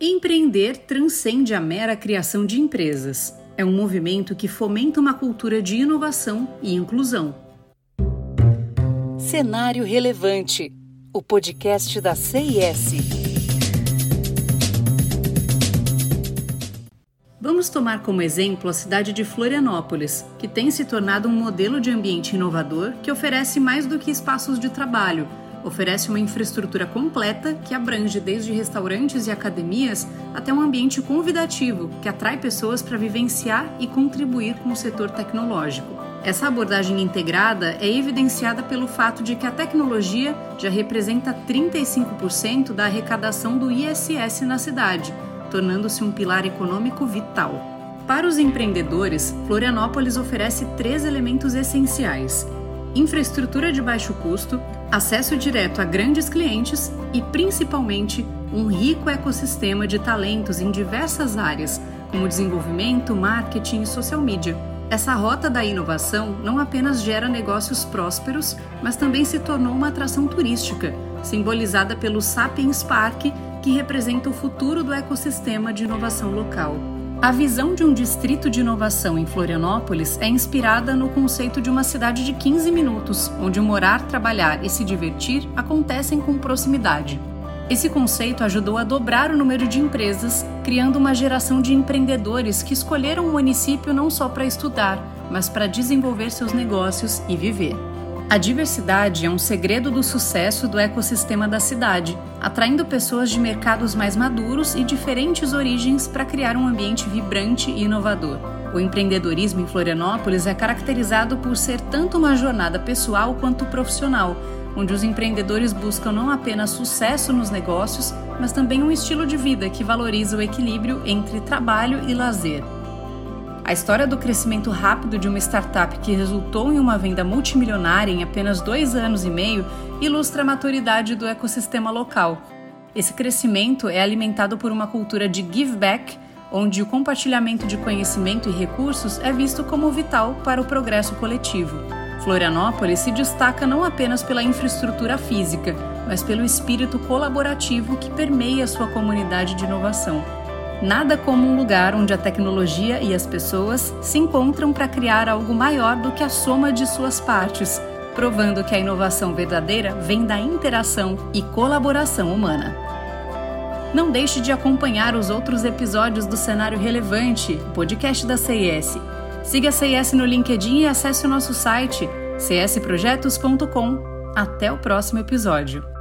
Empreender transcende a mera criação de empresas. É um movimento que fomenta uma cultura de inovação e inclusão. Cenário Relevante, o podcast da CIS. Vamos tomar como exemplo a cidade de Florianópolis, que tem se tornado um modelo de ambiente inovador que oferece mais do que espaços de trabalho. Oferece uma infraestrutura completa que abrange desde restaurantes e academias até um ambiente convidativo que atrai pessoas para vivenciar e contribuir com o setor tecnológico. Essa abordagem integrada é evidenciada pelo fato de que a tecnologia já representa 35% da arrecadação do ISS na cidade, tornando-se um pilar econômico vital. Para os empreendedores, Florianópolis oferece 3 elementos essenciais: infraestrutura de baixo custo, acesso direto a grandes clientes e, principalmente, um rico ecossistema de talentos em diversas áreas, como desenvolvimento, marketing e social media. Essa rota da inovação não apenas gera negócios prósperos, mas também se tornou uma atração turística, simbolizada pelo Sapiens Park, que representa o futuro do ecossistema de inovação local. A visão de um distrito de inovação em Florianópolis é inspirada no conceito de uma cidade de 15 minutos, onde morar, trabalhar e se divertir acontecem com proximidade. Esse conceito ajudou a dobrar o número de empresas, criando uma geração de empreendedores que escolheram o município não só para estudar, mas para desenvolver seus negócios e viver. A diversidade é um segredo do sucesso do ecossistema da cidade, atraindo pessoas de mercados mais maduros e diferentes origens para criar um ambiente vibrante e inovador. O empreendedorismo em Florianópolis é caracterizado por ser tanto uma jornada pessoal quanto profissional, onde os empreendedores buscam não apenas sucesso nos negócios, mas também um estilo de vida que valoriza o equilíbrio entre trabalho e lazer. A história do crescimento rápido de uma startup que resultou em uma venda multimilionária em apenas 2 anos e meio ilustra a maturidade do ecossistema local. Esse crescimento é alimentado por uma cultura de give back, onde o compartilhamento de conhecimento e recursos é visto como vital para o progresso coletivo. Florianópolis se destaca não apenas pela infraestrutura física, mas pelo espírito colaborativo que permeia sua comunidade de inovação. Nada como um lugar onde a tecnologia e as pessoas se encontram para criar algo maior do que a soma de suas partes, provando que a inovação verdadeira vem da interação e colaboração humana. Não deixe de acompanhar os outros episódios do Cenário Relevante, podcast da CIS. Siga a CIS no LinkedIn e acesse o nosso site csprojetos.com. Até o próximo episódio.